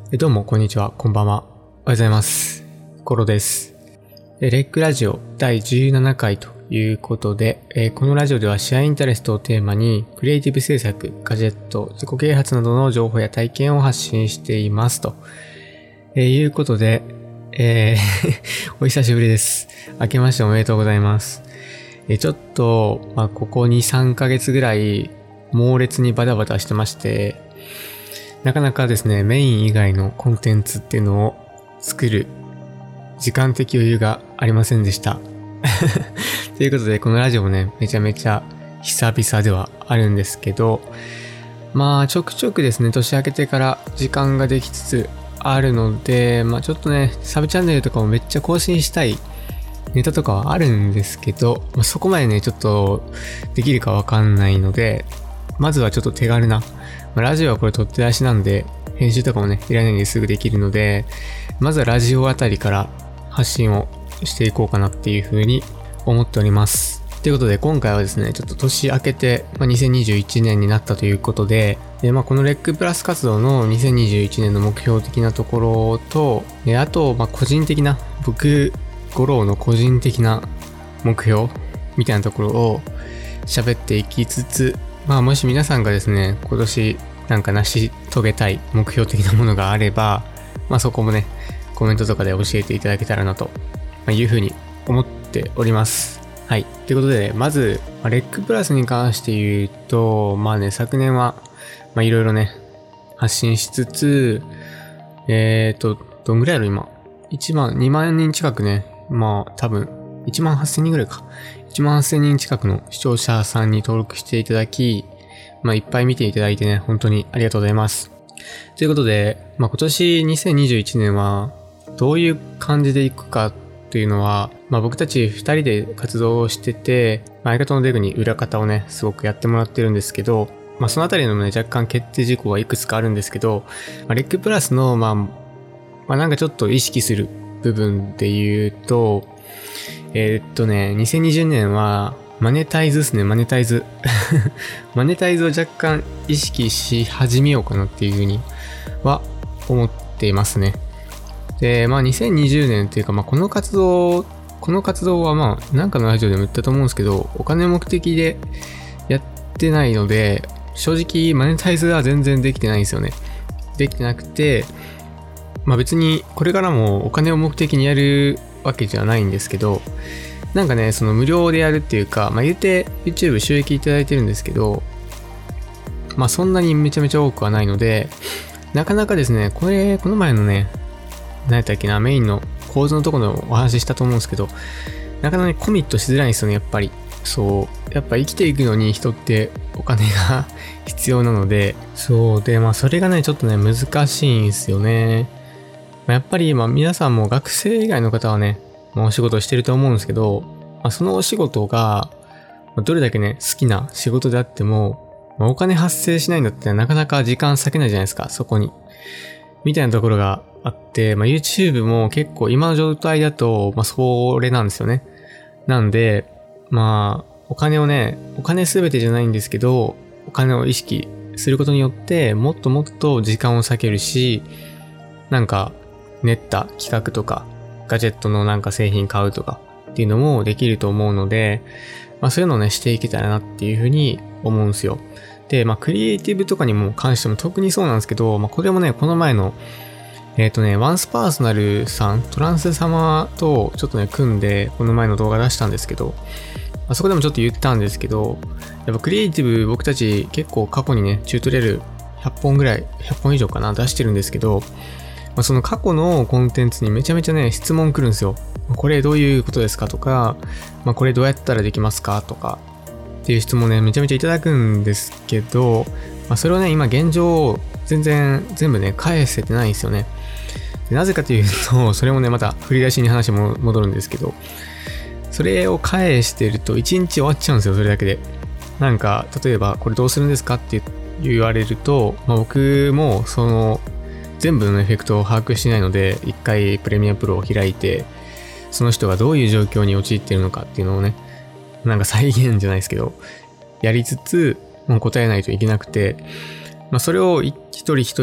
どうも、こんにちは、こんばんは。おはようございます。コロです。レックラジオ第17回ということで、このラジオではシェアインタレストをテーマに、クリエイティブ制作、ガジェット、自己啓発などの情報や体験を発信していますと、いうことで、お久しぶりです。明けましておめでとうございます。ちょっと、ここ2、3ヶ月ぐらい、猛烈にバタバタしてまして、なかなかですね、メイン以外のコンテンツっていうのを作る時間的余裕がありませんでした。ということで、このラジオもね、めちゃめちゃ久々ではあるんですけど、ちょくちょくですね、年明けてから時間ができつつあるので、ちょっとね、サブチャンネルとかもめっちゃ更新したいネタとかはあるんですけど、そこまでね、ちょっとできるかわかんないので、まずはちょっと手軽な、ラジオはこれ取って出しなんで、編集とかもね、いらないんですぐできるので、まずはラジオあたりから発信をしていこうかなっていう風に思っております。ということで、今回はですね、ちょっと年明けて、2021年になったということで、このレックプラス活動の2021年の目標的なところと、あと、個人的な、僕、五郎の個人的な目標みたいなところを喋っていきつつ、もし皆さんがですね、今年なんか成し遂げたい目標的なものがあれば、そこもね、コメントとかで教えていただけたらなというふうに思っております。はい。ということで、まず、レックプラスに関して言うと、昨年は、いろいろね、発信しつつ、どんぐらいやろ今。2万人近くね、多分、1万8000人ぐらいか。1万8000人近くの視聴者さんに登録していただき、いっぱい見ていただいてね、本当にありがとうございます。ということで、今年2021年はどういう感じでいくかっていうのは、僕たち2人で活動をしてて、相方のデグに裏方をね、すごくやってもらってるんですけど、そのあたりのね、若干決定事項はいくつかあるんですけど、レックプラスの、なんかちょっと意識する部分で言うと、2020年は、マネタイズですね、マネタイズ。マネタイズを若干意識し始めようかなっていうふうには思っていますね。で、2020年っていうか、この活動はなんかのラジオでも言ったと思うんですけど、お金目的でやってないので、正直マネタイズは全然できてないんですよね。できてなくて、別にこれからもお金を目的にやるわけじゃないんですけど、なんかね、その無料でやるっていうか、言うて YouTube 収益いただいてるんですけど、そんなにめちゃめちゃ多くはないので、なかなかですね、この前のね、何やったっけな、メインの構図のところのお話ししたと思うんですけど、なかなかね、コミットしづらいんですよね、やっぱり。そう。やっぱ生きていくのに人ってお金が必要なので、そうで、それがね、ちょっとね、難しいんですよね。やっぱり皆さんも学生以外の方はね、お仕事をしてると思うんですけど、そのお仕事がどれだけね、好きな仕事であっても、お金発生しないんだったらなかなか時間割けないじゃないですか、そこに。みたいなところがあって、YouTube も結構今の状態だと、それなんですよね。なんで、お金すべてじゃないんですけど、お金を意識することによって、もっともっと時間を割けるし、なんか、練った企画とか、ガジェットのなんか製品買うとかっていうのもできると思うので、そういうのをね、していけたらなっていうふうに思うんですよ。で、クリエイティブとかにも関しても特にそうなんですけど、これもね、この前の、ワンスパーソナルさん、トランス様とちょっとね、組んで、この前の動画出したんですけど、そこでもちょっと言ったんですけど、やっぱクリエイティブ僕たち結構過去にね、チュートリアル100本以上かな、出してるんですけど、その過去のコンテンツにめちゃめちゃね、質問来るんですよ。これどういうことですかとか、これどうやったらできますかとか、っていう質問ね、めちゃめちゃいただくんですけど、それをね、今現状、全部ね、返せてないんですよね。なぜかというと、それもね、また振り出しに話も戻るんですけど、それを返してると1日終わっちゃうんですよ、それだけで。なんか、例えば、これどうするんですかって言われると、僕も、全部のエフェクトを把握してないので、一回プレミアプロを開いて、その人がどういう状況に陥っているのかっていうのをね、なんか再現じゃないですけど、やりつつ、答えないといけなくて、それを一人一人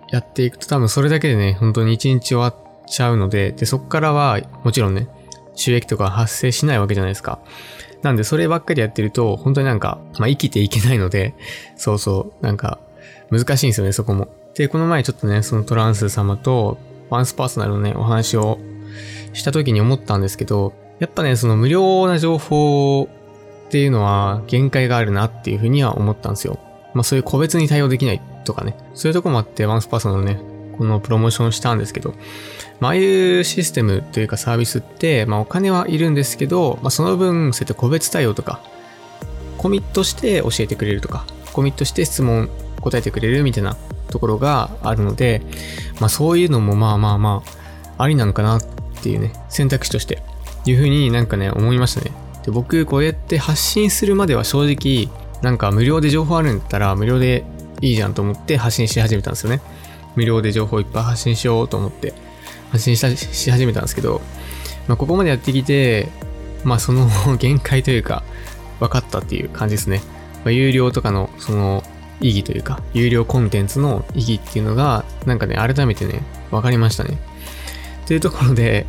やっていくと多分それだけでね、本当に1日終わっちゃうので、で、そっからはもちろんね、収益とか発生しないわけじゃないですか。なんでそればっかりやってると、本当に生きていけないので、そうそう、難しいんですよね、そこも。で、この前ちょっとね、そのトランス様と、ワンスパーソナルのね、お話をした時に思ったんですけど、やっぱね、その無料な情報っていうのは限界があるなっていうふうには思ったんですよ。そういう個別に対応できないとかね、そういうとこもあってワンスパーソナルのね、このプロモーションしたんですけど、ああいうシステムというかサービスって、お金はいるんですけど、その分、そういった個別対応とか、コミットして教えてくれるとか、コミットして質問答えてくれるみたいなところがあるので、そういうのもありなのかなっていうね、選択肢としていうふうに思いましたね。で、僕こうやって発信するまでは正直無料で情報あるんだったら無料でいいじゃんと思って発信し始めたんですよね。無料で情報いっぱい発信しようと思って発信し始めたんですけど、ここまでやってきてその限界というか分かったっていう感じですね。有料とかのその意義というか、有料コンテンツの意義っていうのが改めてね分かりましたね。というところで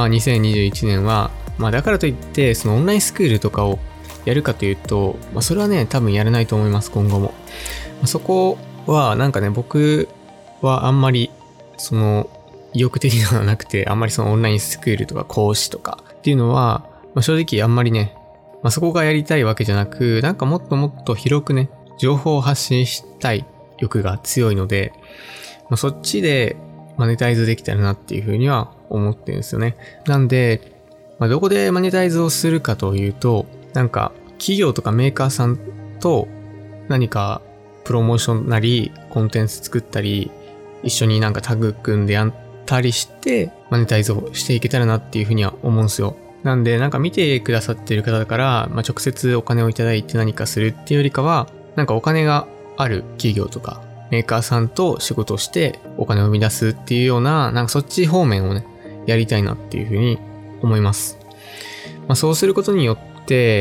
2021年はだからといってそのオンラインスクールとかをやるかというと、それはね多分やらないと思います、今後も。そこは僕はあんまりその意欲的ではなくて、あんまりそのオンラインスクールとか講師とかっていうのは、正直あんまりね、そこがやりたいわけじゃなく、もっともっと広くね、情報を発信したい欲が強いので、そっちでマネタイズできたらなっていうふうには思ってるんですよね。なんで、どこでマネタイズをするかというと、企業とかメーカーさんと何かプロモーションなりコンテンツ作ったり、一緒にタグ組んでやったりしてマネタイズをしていけたらなっていうふうには思うんですよ。なんで見てくださっている方から、直接お金をいただいて何かするっていうよりかは、お金がある企業とかメーカーさんと仕事をしてお金を生み出すっていうような、そっち方面をねやりたいなっていうふうに思います。そうすることによって、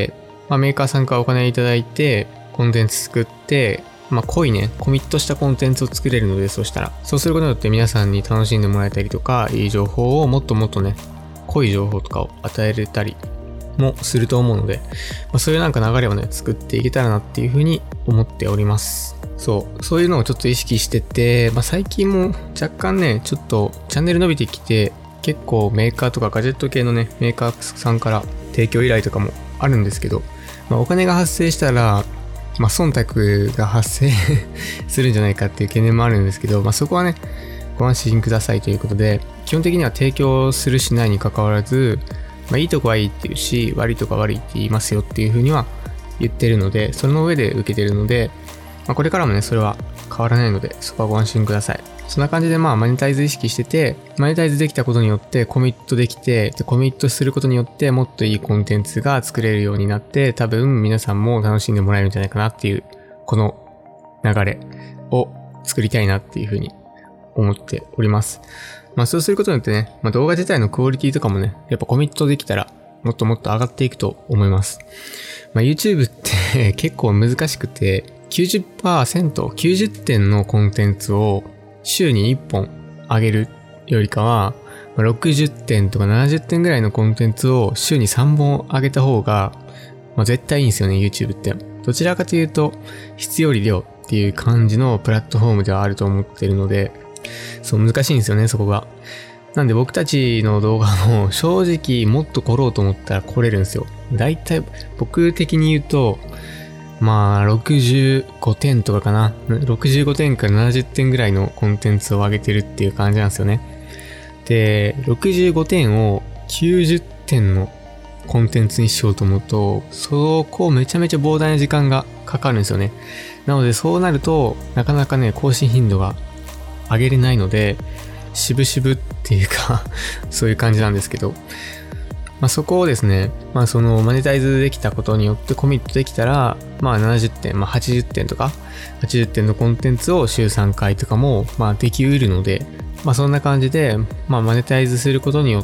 メーカーさんからお金いただいてコンテンツ作って、濃いね、コミットしたコンテンツを作れるので、そうすることによって皆さんに楽しんでもらえたりとか、いい情報をもっともっとね、濃い情報とかを与えれたりもすると思うので、そういう流れをね、作っていけたらなっていうふうに思っております。そういうのをちょっと意識してて、最近も若干ね、ちょっとチャンネル伸びてきて、結構メーカーとかガジェット系のね、メーカーさんから提供依頼とかもあるんですけど、お金が発生したら、忖度が発生するんじゃないかっていう懸念もあるんですけど、そこはね、ご安心くださいということで、基本的には提供するしないに関わらず、いいとこはいいっていうし、悪いとこは悪いって言いますよっていうふうには言ってるので、その上で受けてるので、これからもね、それは変わらないので、そこはご安心ください。そんな感じでマネタイズ意識してて、マネタイズできたことによってコミットできて、でコミットすることによってもっといいコンテンツが作れるようになって、多分皆さんも楽しんでもらえるんじゃないかなっていう、この流れを作りたいなっていうふうに思っております。そうすることによってね、動画自体のクオリティとかもね、やっぱコミットできたらもっともっと上がっていくと思います。YouTube って結構難しくて、90% 点のコンテンツを週に1本上げるよりかは、60点とか70点ぐらいのコンテンツを週に3本上げた方が、絶対いいんですよね、YouTube って。どちらかというと、質より量っていう感じのプラットフォームではあると思ってるので、難しいんですよね、そこが。なんで僕たちの動画も正直もっと来ろうと思ったら来れるんですよ。だいたい僕的に言うと、65点とかかな。65点から70点ぐらいのコンテンツを上げてるっていう感じなんですよね。で、65点を90点のコンテンツにしようと思うと、そこめちゃめちゃ膨大な時間がかかるんですよね。なのでそうなると、なかなかね、更新頻度が上げれないので、渋々っていうかそういう感じなんですけど、そこをですね、そのマネタイズできたことによってコミットできたら、70点、80点とか、80点のコンテンツを週3回とかも、できうるので、そんな感じで、マネタイズすることによって、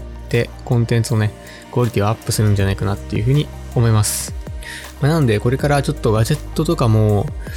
コンテンツのね、クオリティをアップするんじゃないかなっていうふうに思います。なので、これからちょっとガジェットとかも、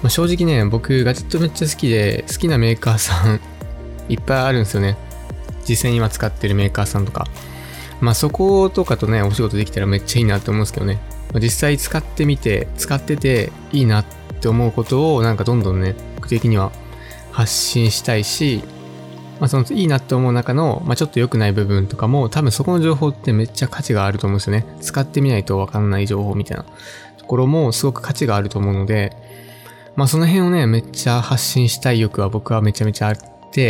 正直ね、僕ガジェットめっちゃ好きで、好きなメーカーさんいっぱいあるんですよね。実際に今使ってるメーカーさんとか。そことかとね、お仕事できたらめっちゃいいなって思うんですけどね。実際使ってていいなって思うことをなんかどんどんね、僕的には発信したいし、そのいいなって思う中の、ちょっと良くない部分とかも多分そこの情報ってめっちゃ価値があると思うんですよね。使ってみないとわかんない情報みたいなところもすごく価値があると思うので、その辺をね、めっちゃ発信したい欲は僕はめちゃめちゃあって、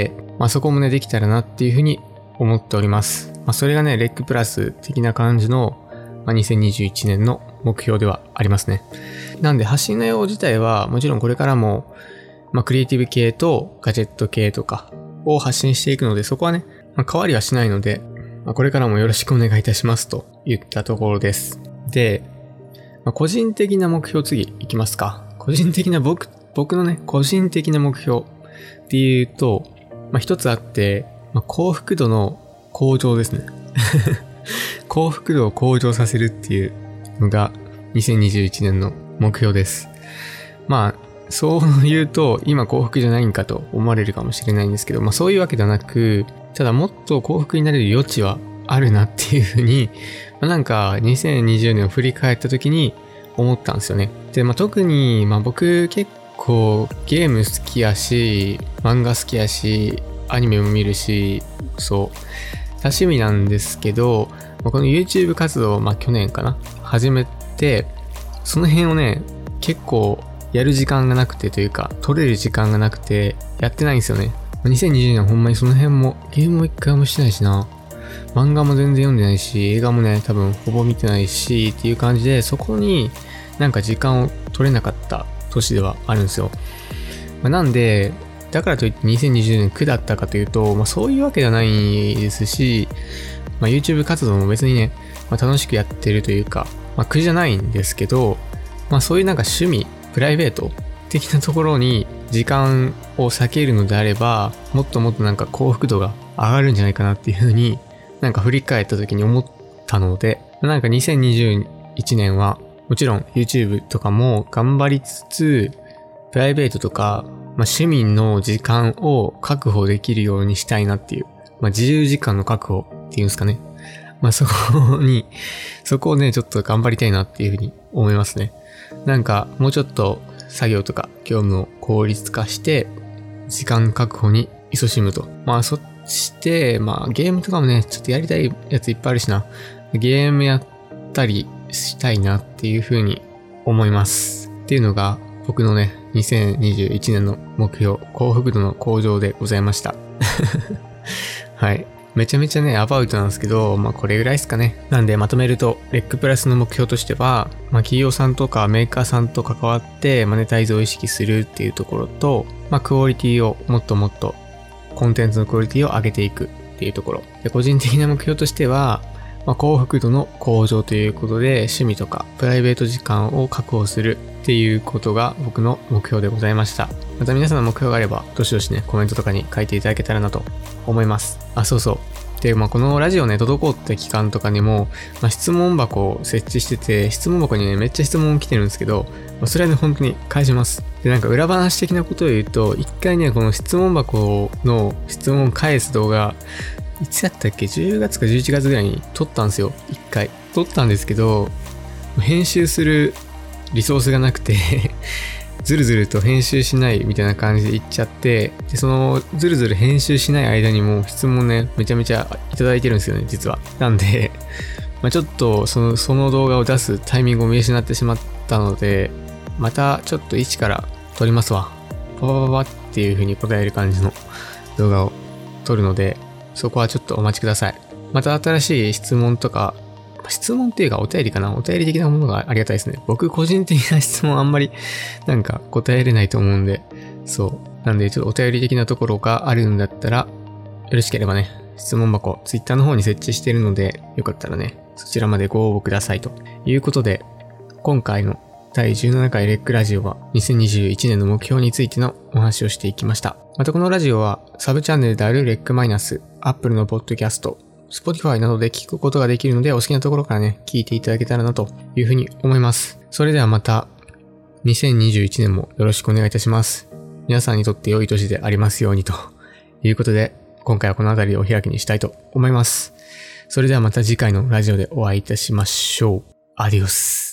そこもね、できたらなっていうふうに思っております。それがね、レックプラス的な感じの、2021年の目標ではありますね。なんで発信内容自体はもちろんこれからも、クリエイティブ系とガジェット系とかを発信していくので、そこはね、変わりはしないので、これからもよろしくお願いいたしますと言ったところです。で、個人的な目標次いきますか。個人的な僕のね、個人的な目標っていうと、一つあって、幸福度の向上ですね。幸福度を向上させるっていうのが2021年の目標です。そう言うと今幸福じゃないんかと思われるかもしれないんですけど、そういうわけではなく、ただもっと幸福になれる余地はあるなっていうふうに、なんか2020年を振り返った時に思ったんですよね。で、特に僕結構ゲーム好きやし、漫画好きやし、アニメも見るし、多趣味なんですけど、この YouTube 活動を去年かな始めて、その辺をね結構やる時間がなくてというか取れる時間がなくてやってないんですよね。2020年はほんまにその辺もゲームも一回もしてないしな、漫画も全然読んでないし、映画もね多分ほぼ見てないしっていう感じで、そこになんか時間を取れなかった年ではあるんですよ。なんでだからといって2020年苦だったかというと、そういうわけではないですし、YouTube 活動も別にね、楽しくやってるというか、苦じゃないんですけど、そういうなんか趣味、プライベート的なところに時間を割けるのであれば、もっともっとなんか幸福度が上がるんじゃないかなっていうふうになんか振り返った時に思ったので、なんか2021年はもちろん YouTube とかも頑張りつつ、プライベートとか、趣味の時間を確保できるようにしたいなっていう、自由時間の確保っていうんですかね。そこをね、ちょっと頑張りたいなっていうふうに思いますね。なんか、もうちょっと作業とか業務を効率化して、時間確保に勤しむと。そして、ゲームとかもね、ちょっとやりたいやついっぱいあるしな。ゲームやったりしたいなっていうふうに思います。っていうのが、僕のね、2021年の目標、幸福度の向上でございました。はい。めちゃめちゃね、アバウトなんですけど、これぐらいですかね。なんでまとめると、レックプラスの目標としては、企業さんとかメーカーさんと関わってマネタイズを意識するっていうところと、クオリティをもっともっと、コンテンツのクオリティを上げていくっていうところ。で、個人的な目標としては、幸福度の向上ということで、趣味とかプライベート時間を確保するっていうことが僕の目標でございました。また皆さんの目標があれば、どしどしね、コメントとかに書いていただけたらなと思います。そうそう。で、このラジオね、滞った期間とかにも、質問箱を設置してて、質問箱にね、めっちゃ質問来てるんですけど、それはね、本当に返します。で、なんか裏話的なことを言うと、一回ね、この質問箱の質問を返す動画、いつだったっけ ?10 月か11月ぐらいに撮ったんですよ。一回。撮ったんですけど、編集するリソースがなくて、ずるずると編集しないみたいな感じで言っちゃって、で、そのずるずる編集しない間にも質問ね、めちゃめちゃいただいてるんですよね、実は。なんで、ちょっとその動画を出すタイミングを見失ってしまったので、またちょっと一から撮りますわ。パパパパっていう風に答える感じの動画を撮るので、そこはちょっとお待ちください。また新しい質問とか、質問っていうかお便りかな、お便り的なものがありがたいですね。僕個人的な質問あんまりなんか答えれないと思うんで、なんでちょっとお便り的なところがあるんだったら、よろしければね、質問箱、Twitter の方に設置しているので、よかったらね、そちらまでご応募くださいということで、今回の第17回レックラジオは2021年の目標についてのお話をしていきました。またこのラジオはサブチャンネルであるレックマイナス、Apple のポッドキャスト、Spotify などで聞くことができるので、お好きなところからね、聞いていただけたらなというふうに思います。それではまた 2021年もよろしくお願いいたします。皆さんにとって良い年でありますようにということで、今回はこの辺りでお開きにしたいと思います。それではまた次回のラジオでお会いいたしましょう。アディオス。